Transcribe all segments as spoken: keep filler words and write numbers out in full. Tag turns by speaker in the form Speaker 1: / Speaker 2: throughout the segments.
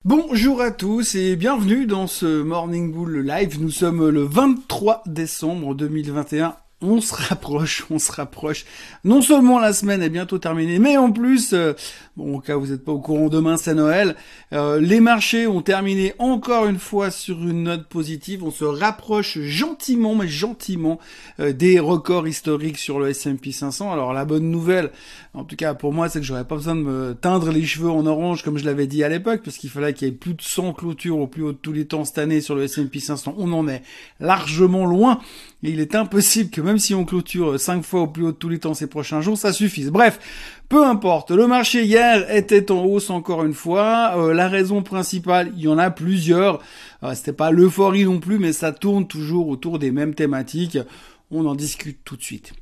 Speaker 1: Bonjour à tous et bienvenue dans ce Morning Bull Live. Nous sommes le vingt-trois décembre deux mille vingt et un. On se rapproche, on se rapproche. Non seulement la semaine est bientôt terminée, mais en plus, euh, bon, au cas où vous n'êtes pas au courant, demain c'est Noël. Euh, les marchés ont terminé encore une fois sur une note positive. On se rapproche gentiment, mais gentiment, euh, des records historiques sur le S and P cinq cents. Alors la bonne nouvelle, en tout cas pour moi, c'est que j'aurais pas besoin de me teindre les cheveux en orange comme je l'avais dit à l'époque, parce qu'il fallait qu'il y ait plus de cent clôtures au plus haut de tous les temps cette année sur le S and P cinq cents. On en est largement loin. Et il est impossible que même si on clôture cinq fois au plus haut de tous les temps ces prochains jours, ça suffise. Bref, peu importe. Le marché hier était en hausse encore une fois. Euh, la raison principale, il y en a plusieurs. Euh, c'était pas l'euphorie non plus, mais ça tourne toujours autour des mêmes thématiques. On en discute tout de suite.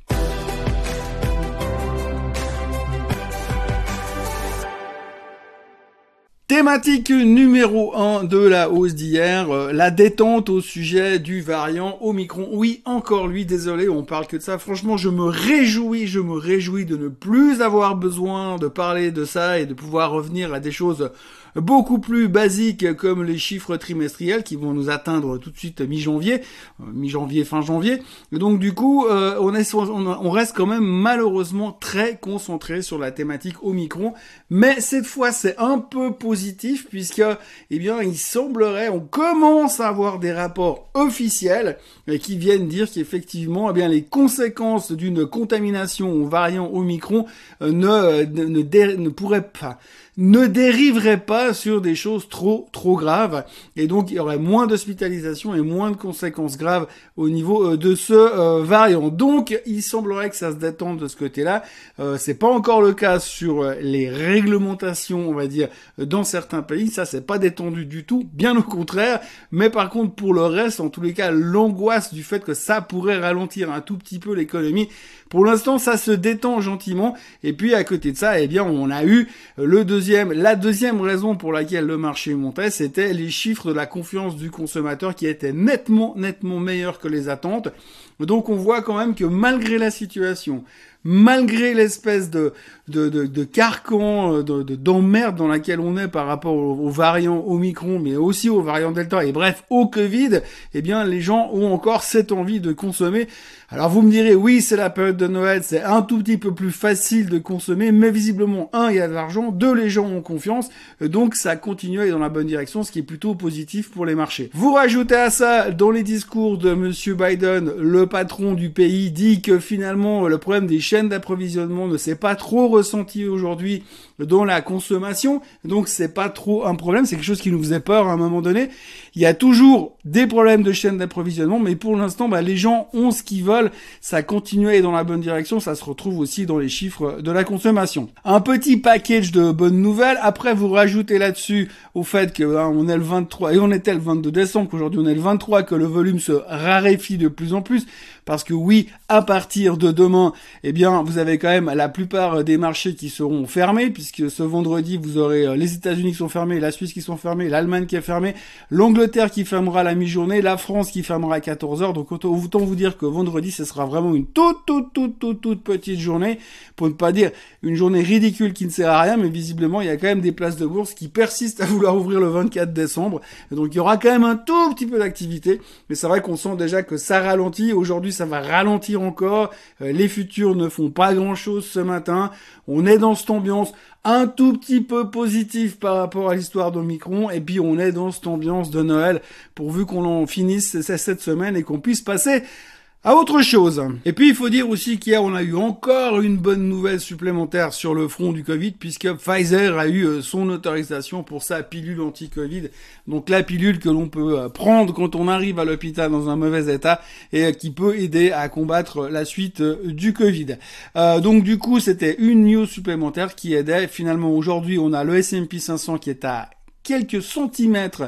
Speaker 1: Thématique numéro un de la hausse d'hier, euh, la détente au sujet du variant Omicron. Oui, encore lui, désolé, on parle que de ça. Franchement, je me réjouis, je me réjouis de ne plus avoir besoin de parler de ça et de pouvoir revenir à des choses beaucoup plus basiques comme les chiffres trimestriels qui vont nous atteindre tout de suite mi-janvier, euh, mi-janvier, fin janvier. Et donc du coup, euh, on, est, on, on reste quand même malheureusement très concentré sur la thématique Omicron. Mais cette fois, c'est un peu positif puisque, eh bien, il semblerait, on commence à avoir des rapports officiels qui viennent dire qu'effectivement, eh bien, les conséquences d'une contamination au variant Omicron euh, ne, ne, ne, dé, ne pourraient pas... ne dériverait pas sur des choses trop trop graves, et donc il y aurait moins d'hospitalisation et moins de conséquences graves au niveau de ce euh, variant. Donc il semblerait que ça se détende de ce côté-là. Euh, c'est pas encore le cas sur les réglementations, on va dire, dans certains pays. Ça c'est pas détendu du tout, bien au contraire. Mais par contre pour le reste, en tous les cas, l'angoisse du fait que ça pourrait ralentir un tout petit peu l'économie, pour l'instant ça se détend gentiment. Et puis à côté de ça, eh bien on a eu le deuxième La deuxième raison pour laquelle le marché montait, c'était les chiffres de la confiance du consommateur qui étaient nettement, nettement meilleurs que les attentes. Donc on voit quand même que malgré la situation, malgré l'espèce de, de, de, de carcan, de, de, d'emmerde dans laquelle on est par rapport au, au variant Omicron, mais aussi au variant Delta, et bref, au Covid, eh bien, les gens ont encore cette envie de consommer. Alors vous me direz, oui, c'est la période de Noël, c'est un tout petit peu plus facile de consommer, mais visiblement, un, il y a de l'argent, deux, les gens ont confiance, donc ça continue à aller dans la bonne direction, ce qui est plutôt positif pour les marchés. Vous rajoutez à ça, dans les discours de Monsieur Biden, le patron du pays dit que finalement, le problème des chaînes d'approvisionnement ne s'est pas trop ressenti aujourd'hui dans la consommation, donc c'est pas trop un problème, c'est quelque chose qui nous faisait peur à un moment donné. Il y a toujours des problèmes de chaîne d'approvisionnement, mais pour l'instant, bah, les gens ont ce qu'ils veulent, ça continue à aller dans la bonne direction, ça se retrouve aussi dans les chiffres de la consommation. Un petit package de bonnes nouvelles, après vous rajoutez là-dessus au fait que hein, on est le vingt-trois, et on était le vingt-deux décembre, qu'aujourd'hui on est le vingt-trois, que le volume se raréfie de plus en plus, parce que oui, à partir de demain, eh bien, vous avez quand même la plupart des marchés qui seront fermés, puisque ce vendredi, vous aurez les États-Unis qui sont fermés, la Suisse qui sont fermés, l'Allemagne qui est fermée, l'Angleterre qui fermera à la mi-journée, la France qui fermera à quatorze heures. Donc autant vous dire que vendredi, ce sera vraiment une toute, toute, toute, toute, toute petite journée, pour ne pas dire une journée ridicule qui ne sert à rien, mais visiblement, il y a quand même des places de bourse qui persistent à vouloir ouvrir le vingt-quatre décembre. Et donc il y aura quand même un tout petit peu d'activité, mais c'est vrai qu'on sent déjà que ça ralentit. Aujourd'hui, ça va ralentir encore. Euh, les futurs ne font pas grand-chose ce matin. On est dans cette ambiance un tout petit peu positif par rapport à l'histoire d'Omicron, et puis on est dans cette ambiance de Noël, pourvu qu'on en finisse cette semaine et qu'on puisse passer à autre chose. Et puis il faut dire aussi qu'hier on a eu encore une bonne nouvelle supplémentaire sur le front du Covid, puisque Pfizer a eu son autorisation pour sa pilule anti-Covid, donc la pilule que l'on peut prendre quand on arrive à l'hôpital dans un mauvais état et qui peut aider à combattre la suite du Covid. Euh, donc du coup c'était une news supplémentaire qui aidait. Finalement aujourd'hui on a le S and P cinq cents qui est à quelques centimètres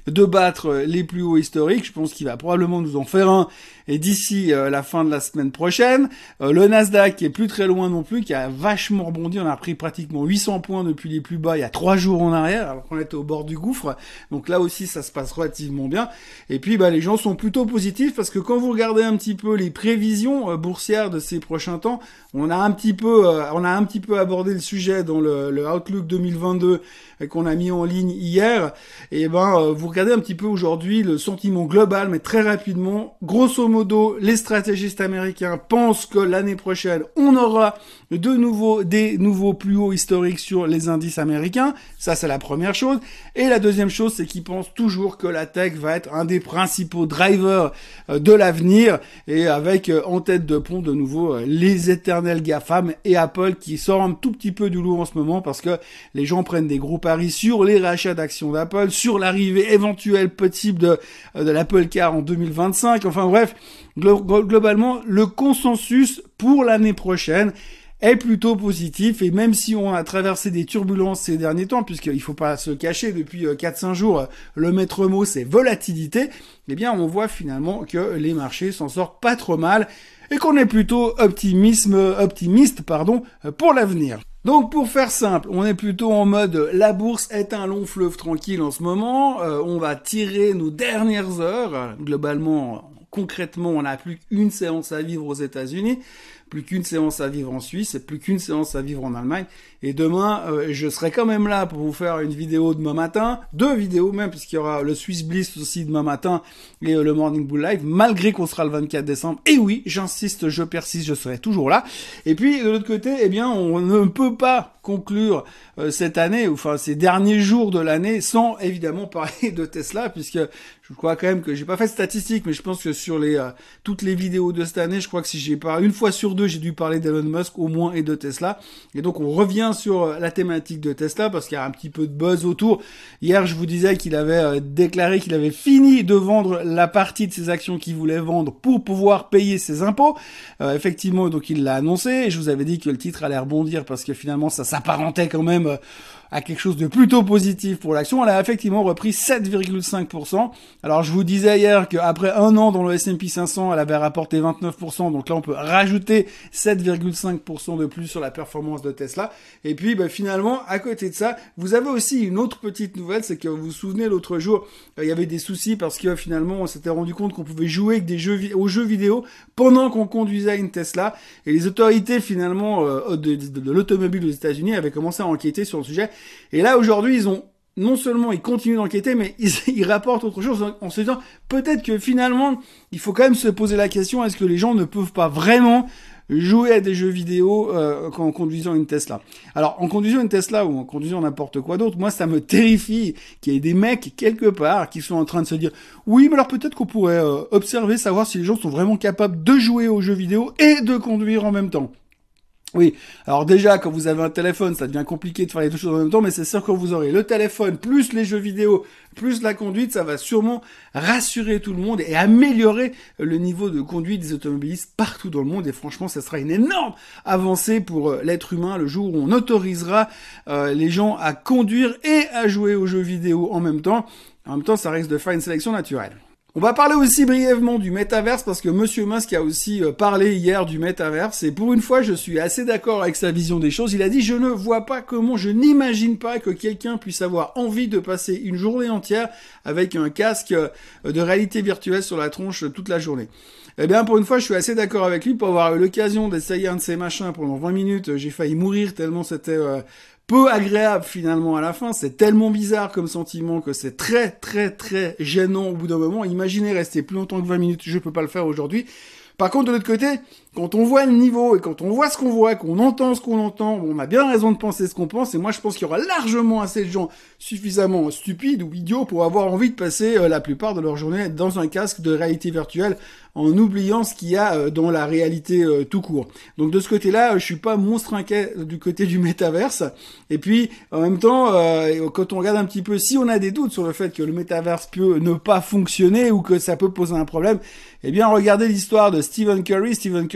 Speaker 1: de battre les plus hauts historiques. Je pense qu'il va probablement nous en faire un et d'ici euh, la fin de la semaine prochaine. Euh, le Nasdaq qui est plus très loin non plus, qui a vachement rebondi. On a pris pratiquement huit cents points depuis les plus bas il y a trois jours en arrière, alors qu'on était au bord du gouffre. Donc là aussi, ça se passe relativement bien. Et puis, bah, les gens sont plutôt positifs parce que quand vous regardez un petit peu les prévisions euh, boursières de ces prochains temps, on a un petit peu, euh, on a un petit peu abordé le sujet dans le, le Outlook deux mille vingt-deux euh, qu'on a mis en ligne hier. Et ben, euh, vous regardez un petit peu aujourd'hui le sentiment global, mais très rapidement, grosso modo, les stratégistes américains pensent que l'année prochaine, on aura de nouveau des nouveaux plus hauts historiques sur les indices américains. Ça, c'est la première chose. Et la deuxième chose, c'est qu'ils pensent toujours que la tech va être un des principaux drivers euh, de l'avenir, et avec euh, en tête de pont de nouveau euh, les éternels GAFAM et Apple qui sort un tout petit peu du lot en ce moment parce que les gens prennent des gros paris sur les rachats d'actions d'Apple, sur l'arrivée éventuelle possible de, de l'Apple Car en deux mille vingt-cinq. Enfin bref, glo- globalement, le consensus pour l'année prochaine est plutôt positif, et même si on a traversé des turbulences ces derniers temps, puisqu'il faut pas se cacher, depuis quatre cinq jours, le maître mot c'est volatilité, eh bien on voit finalement que les marchés s'en sortent pas trop mal, et qu'on est plutôt optimisme, optimiste pardon, pour l'avenir. Donc pour faire simple, on est plutôt en mode la bourse est un long fleuve tranquille en ce moment, euh, on va tirer nos dernières heures, globalement, concrètement on n'a plus qu'une séance à vivre aux États-Unis, plus qu'une séance à vivre en Suisse, plus qu'une séance à vivre en Allemagne. Et demain, euh, je serai quand même là pour vous faire une vidéo demain matin, deux vidéos même, puisqu'il y aura le Swiss Bliss aussi demain matin et euh, le Morning Bull Live, malgré qu'on sera le vingt-quatre décembre. Et oui, j'insiste, je persiste, je serai toujours là. Et puis, de l'autre côté, eh bien, on ne peut pas conclure euh, cette année, enfin ces derniers jours de l'année, sans évidemment parler de Tesla, puisque je crois quand même que j'ai pas fait de statistiques, mais je pense que sur les euh, toutes les vidéos de cette année, je crois que si j'ai pas une fois sur deux, j'ai dû parler d'Elon Musk au moins et de Tesla. Et donc on revient sur la thématique de Tesla parce qu'il y a un petit peu de buzz autour. Hier, je vous disais qu'il avait euh, déclaré qu'il avait fini de vendre la partie de ses actions qu'il voulait vendre pour pouvoir payer ses impôts. Euh, effectivement, donc il l'a annoncé. Et je vous avais dit que le titre allait rebondir parce que finalement ça s'apparentait quand même euh, à quelque chose de plutôt positif pour l'action. Elle a effectivement repris sept virgule cinq pour cent. Alors je vous disais hier qu'après un an dans le S and P cinq cents, elle avait rapporté vingt-neuf pour cent. Donc là on peut rajouter sept virgule cinq pour cent de plus sur la performance de Tesla. Et puis bah, finalement, à côté de ça, vous avez aussi une autre petite nouvelle, c'est que vous vous souvenez l'autre jour, euh, il y avait des soucis parce que finalement on s'était rendu compte qu'on pouvait jouer avec des jeux vi- aux jeux vidéo pendant qu'on conduisait une Tesla. Et les autorités finalement euh, de, de, de l'automobile aux États-Unis avaient commencé à enquêter sur le sujet. Et là aujourd'hui ils ont non seulement ils continuent d'enquêter, mais ils, ils rapportent autre chose en, en se disant peut-être que finalement il faut quand même se poser la question, est-ce que les gens ne peuvent pas vraiment jouer à des jeux vidéo euh, en conduisant une Tesla. Alors, en conduisant une Tesla ou en conduisant n'importe quoi d'autre, moi, ça me terrifie qu'il y ait des mecs, quelque part, qui sont en train de se dire « Oui, mais alors peut-être qu'on pourrait euh, observer, savoir si les gens sont vraiment capables de jouer aux jeux vidéo et de conduire en même temps. » Oui, alors déjà, quand vous avez un téléphone, ça devient compliqué de faire les deux choses en même temps, mais c'est sûr que quand vous aurez le téléphone, plus les jeux vidéo, plus la conduite, ça va sûrement rassurer tout le monde et améliorer le niveau de conduite des automobilistes partout dans le monde. Et franchement, ça sera une énorme avancée pour euh, l'être humain le jour où on autorisera euh, les gens à conduire et à jouer aux jeux vidéo en même temps. En même temps, ça risque de faire une sélection naturelle. On va parler aussi brièvement du métaverse parce que Monsieur Musk a aussi parlé hier du métaverse et pour une fois je suis assez d'accord avec sa vision des choses. Il a dit je ne vois pas comment, je n'imagine pas que quelqu'un puisse avoir envie de passer une journée entière avec un casque de réalité virtuelle sur la tronche toute la journée. Eh bien, pour une fois, je suis assez d'accord avec lui. Pour avoir eu l'occasion d'essayer un de ces machins pendant vingt minutes, j'ai failli mourir tellement c'était euh, peu agréable finalement à la fin. C'est tellement bizarre comme sentiment que c'est très très très gênant au bout d'un moment. Imaginez rester plus longtemps que vingt minutes, je peux pas le faire aujourd'hui. Par contre, de l'autre côté, quand on voit le niveau et quand on voit ce qu'on voit, qu'on entend ce qu'on entend, on a bien raison de penser ce qu'on pense. Et moi, je pense qu'il y aura largement assez de gens suffisamment stupides ou idiots pour avoir envie de passer euh, la plupart de leur journée dans un casque de réalité virtuelle en oubliant ce qu'il y a euh, dans la réalité euh, tout court. Donc de ce côté-là, euh, je suis pas monstre inquiet du côté du métaverse. Et puis, en même temps, euh, quand on regarde un petit peu, si on a des doutes sur le fait que le métaverse peut ne pas fonctionner ou que ça peut poser un problème, eh bien, regardez l'histoire de Stephen Curry. Stephen Curry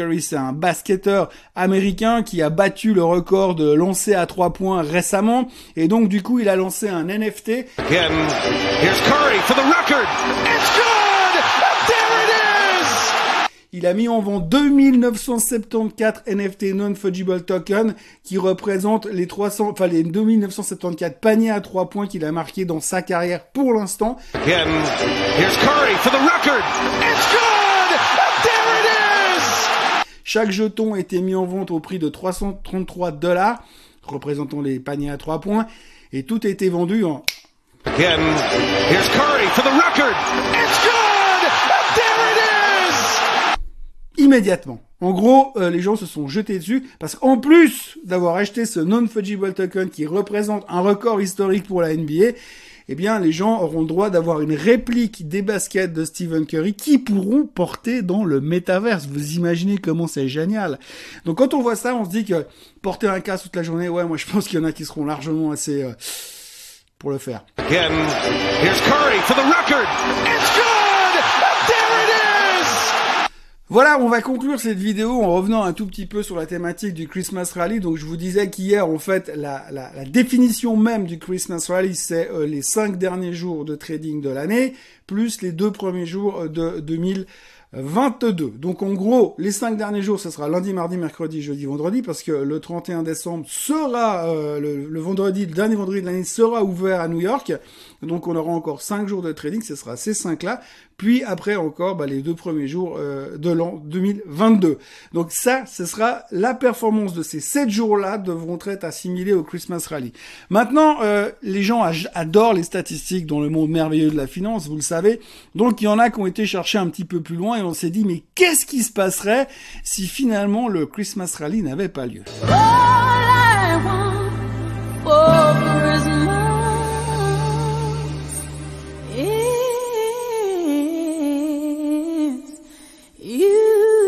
Speaker 1: Curry, c'est un basketteur américain qui a battu le record de lancer à trois points récemment. Et donc, du coup, il a lancé un N F T.
Speaker 2: Again, here's Curry for the record. It's good! There it is!
Speaker 1: Il a mis en vente deux mille neuf cent soixante-quatorze N F T non-fungible token qui représentent les trois cents, enfin les deux mille neuf cent soixante-quatorze paniers à trois points qu'il a marqués dans sa carrière pour l'instant.
Speaker 2: Again, here's Curry for the record. It's good! There it is!
Speaker 1: Chaque jeton a été mis en vente au prix de trois cent trente-trois dollars, représentant les paniers à trois points, et tout a été vendu en...
Speaker 2: Again, here's Curry for the record. It's good! There it is!
Speaker 1: Immédiatement. En gros, euh, les gens se sont jetés dessus parce qu'en plus d'avoir acheté ce non-fungible token qui représente un record historique pour la N B A, eh bien, les gens auront le droit d'avoir une réplique des baskets de Stephen Curry qui pourront porter dans le métaverse. Vous imaginez comment c'est génial. Donc, quand on voit ça, on se dit que porter un casque toute la journée, ouais, moi, je pense qu'il y en a qui seront largement assez euh, pour le faire.
Speaker 2: Again, here's Curry for the record. It's good! There it is!
Speaker 1: Voilà, on va conclure cette vidéo en revenant un tout petit peu sur la thématique du Christmas Rally. Donc, je vous disais qu'hier, en fait, la, la, la définition même du Christmas Rally, c'est euh, les cinq derniers jours de trading de l'année, plus les deux premiers jours de deux mille vingt-deux. Donc, en gros, les cinq derniers jours, ce sera lundi, mardi, mercredi, jeudi, vendredi, parce que le trente et un décembre sera, euh, le, le vendredi, le dernier vendredi de l'année sera ouvert à New York. Donc, on aura encore cinq jours de trading, ce sera ces cinq-là. Puis après encore bah, les deux premiers jours euh, de l'an deux mille vingt-deux. Donc ça, ce sera la performance de ces sept jours-là devront être assimilés au Christmas Rally. Maintenant, euh, les gens adorent les statistiques dans le monde merveilleux de la finance, vous le savez. Donc il y en a qui ont été chercher un petit peu plus loin et on s'est dit mais qu'est-ce qui se passerait si finalement le Christmas Rally n'avait pas lieu?
Speaker 3: All I want for Christmas is you.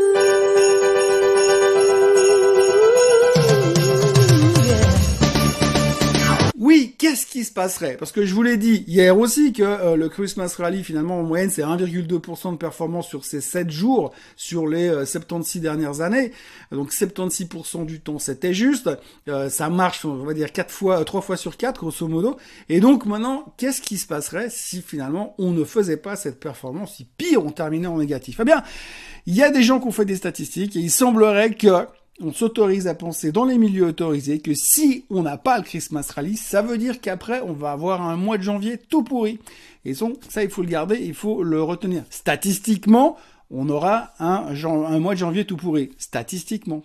Speaker 1: Oui, qu'est-ce qui se passerait? Parce que je vous l'ai dit hier aussi que euh, le Christmas Rally, finalement, en moyenne, c'est un virgule deux pour cent de performance sur ces sept jours, sur les euh, soixante-seize dernières années. Donc soixante-seize pour cent du temps, c'était juste. Euh, ça marche, on va dire, quatre fois, trois fois sur quatre, grosso modo. Et donc maintenant, qu'est-ce qui se passerait si finalement on ne faisait pas cette performance, si pire, on terminait en négatif? Eh bien, il y a des gens qui ont fait des statistiques et il semblerait que on s'autorise à penser dans les milieux autorisés que si on n'a pas le Christmas Rally, ça veut dire qu'après, on va avoir un mois de janvier tout pourri. Et donc, ça, il faut le garder, il faut le retenir. Statistiquement, on aura un, un mois de janvier tout pourri. Statistiquement.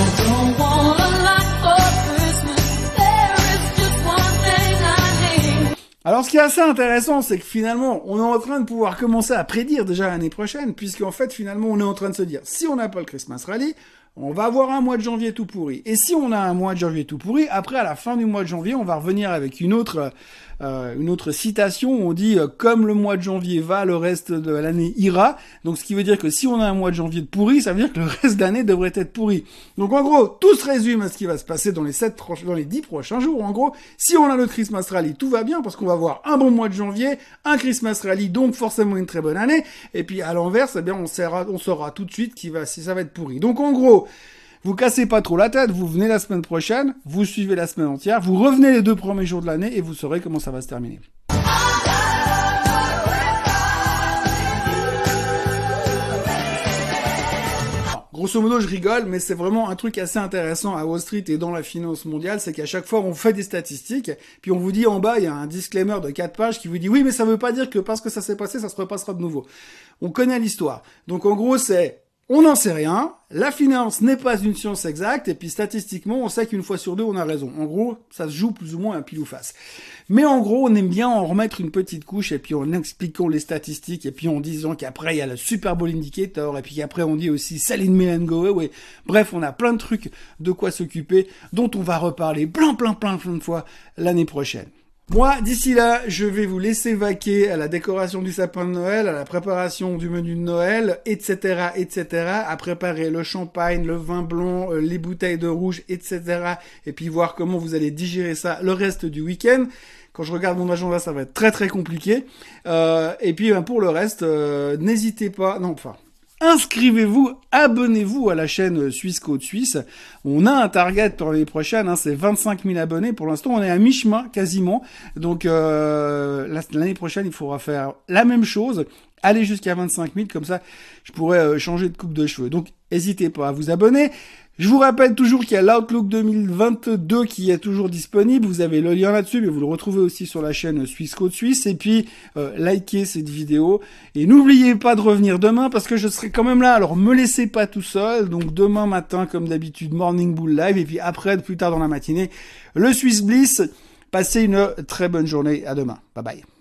Speaker 1: Alors, ce qui est assez intéressant, c'est que finalement, on est en train de pouvoir commencer à prédire déjà l'année prochaine, puisqu'en fait, finalement, on est en train de se dire, si on n'a pas le Christmas Rally, on va avoir un mois de janvier tout pourri. Et si on a un mois de janvier tout pourri, après, à la fin du mois de janvier, on va revenir avec une autre, euh, une autre citation où on dit euh, « Comme le mois de janvier va, le reste de l'année ira ». Donc, ce qui veut dire que si on a un mois de janvier de pourri, ça veut dire que le reste de l'année devrait être pourri. Donc, en gros, tout se résume à ce qui va se passer dans les sept, dans les dix prochains jours. En gros, si on a le Christmas Rally, tout va bien parce qu'on va avoir un bon mois de janvier, un Christmas Rally, donc forcément une très bonne année. Et puis, à l'inverse, eh bien, on saura, on saura tout de suite qui va, si ça va être pourri. Donc, en gros, vous cassez pas trop la tête, vous venez la semaine prochaine, vous suivez la semaine entière, vous revenez les deux premiers jours de l'année et vous saurez comment ça va se terminer. Alors, grosso modo, je rigole, mais c'est vraiment un truc assez intéressant à Wall Street et dans la finance mondiale, c'est qu'à chaque fois, on fait des statistiques, puis on vous dit en bas, il y a un disclaimer de quatre pages qui vous dit « Oui, mais ça veut pas dire que parce que ça s'est passé, ça se repassera de nouveau. » On connaît l'histoire. Donc, en gros, c'est... On n'en sait rien, la finance n'est pas une science exacte, et puis statistiquement, on sait qu'une fois sur deux, on a raison. En gros, ça se joue plus ou moins à pile ou face. Mais en gros, on aime bien en remettre une petite couche, et puis en expliquant les statistiques, et puis en disant qu'après, il y a le Super Bowl Indicator, et puis qu'après, on dit aussi Sell in May and Go Away. Bref, on a plein de trucs de quoi s'occuper, dont on va reparler plein, plein, plein, plein de fois l'année prochaine. Moi, d'ici là, je vais vous laisser vaquer à la décoration du sapin de Noël, à la préparation du menu de Noël, et cetera, et cetera, à préparer le champagne, le vin blanc, euh, les bouteilles de rouge, et cetera, et puis voir comment vous allez digérer ça le reste du week-end. Quand je regarde mon agenda, ça va être très très compliqué. Euh, et puis, ben, pour le reste, euh, n'hésitez pas... Non, enfin... inscrivez-vous, abonnez-vous à la chaîne Suisse Côte Suisse. On a un target pour l'année prochaine, hein, c'est vingt-cinq mille abonnés. Pour l'instant, on est à mi-chemin quasiment. Donc euh, l'année prochaine, il faudra faire la même chose, aller jusqu'à vingt-cinq mille, comme ça, je pourrais euh, changer de coupe de cheveux. Donc, n'hésitez pas à vous abonner. Je vous rappelle toujours qu'il y a l'Outlook deux mille vingt-deux qui est toujours disponible. Vous avez le lien là-dessus, mais vous le retrouvez aussi sur la chaîne Suisse Côte Suisse. Et puis, euh, likez cette vidéo. Et n'oubliez pas de revenir demain parce que je serai quand même là. Alors, me laissez pas tout seul. Donc, demain matin, comme d'habitude, Morning Bull Live. Et puis après, plus tard dans la matinée, le Swiss Bliss. Passez une très bonne journée. À demain. Bye bye.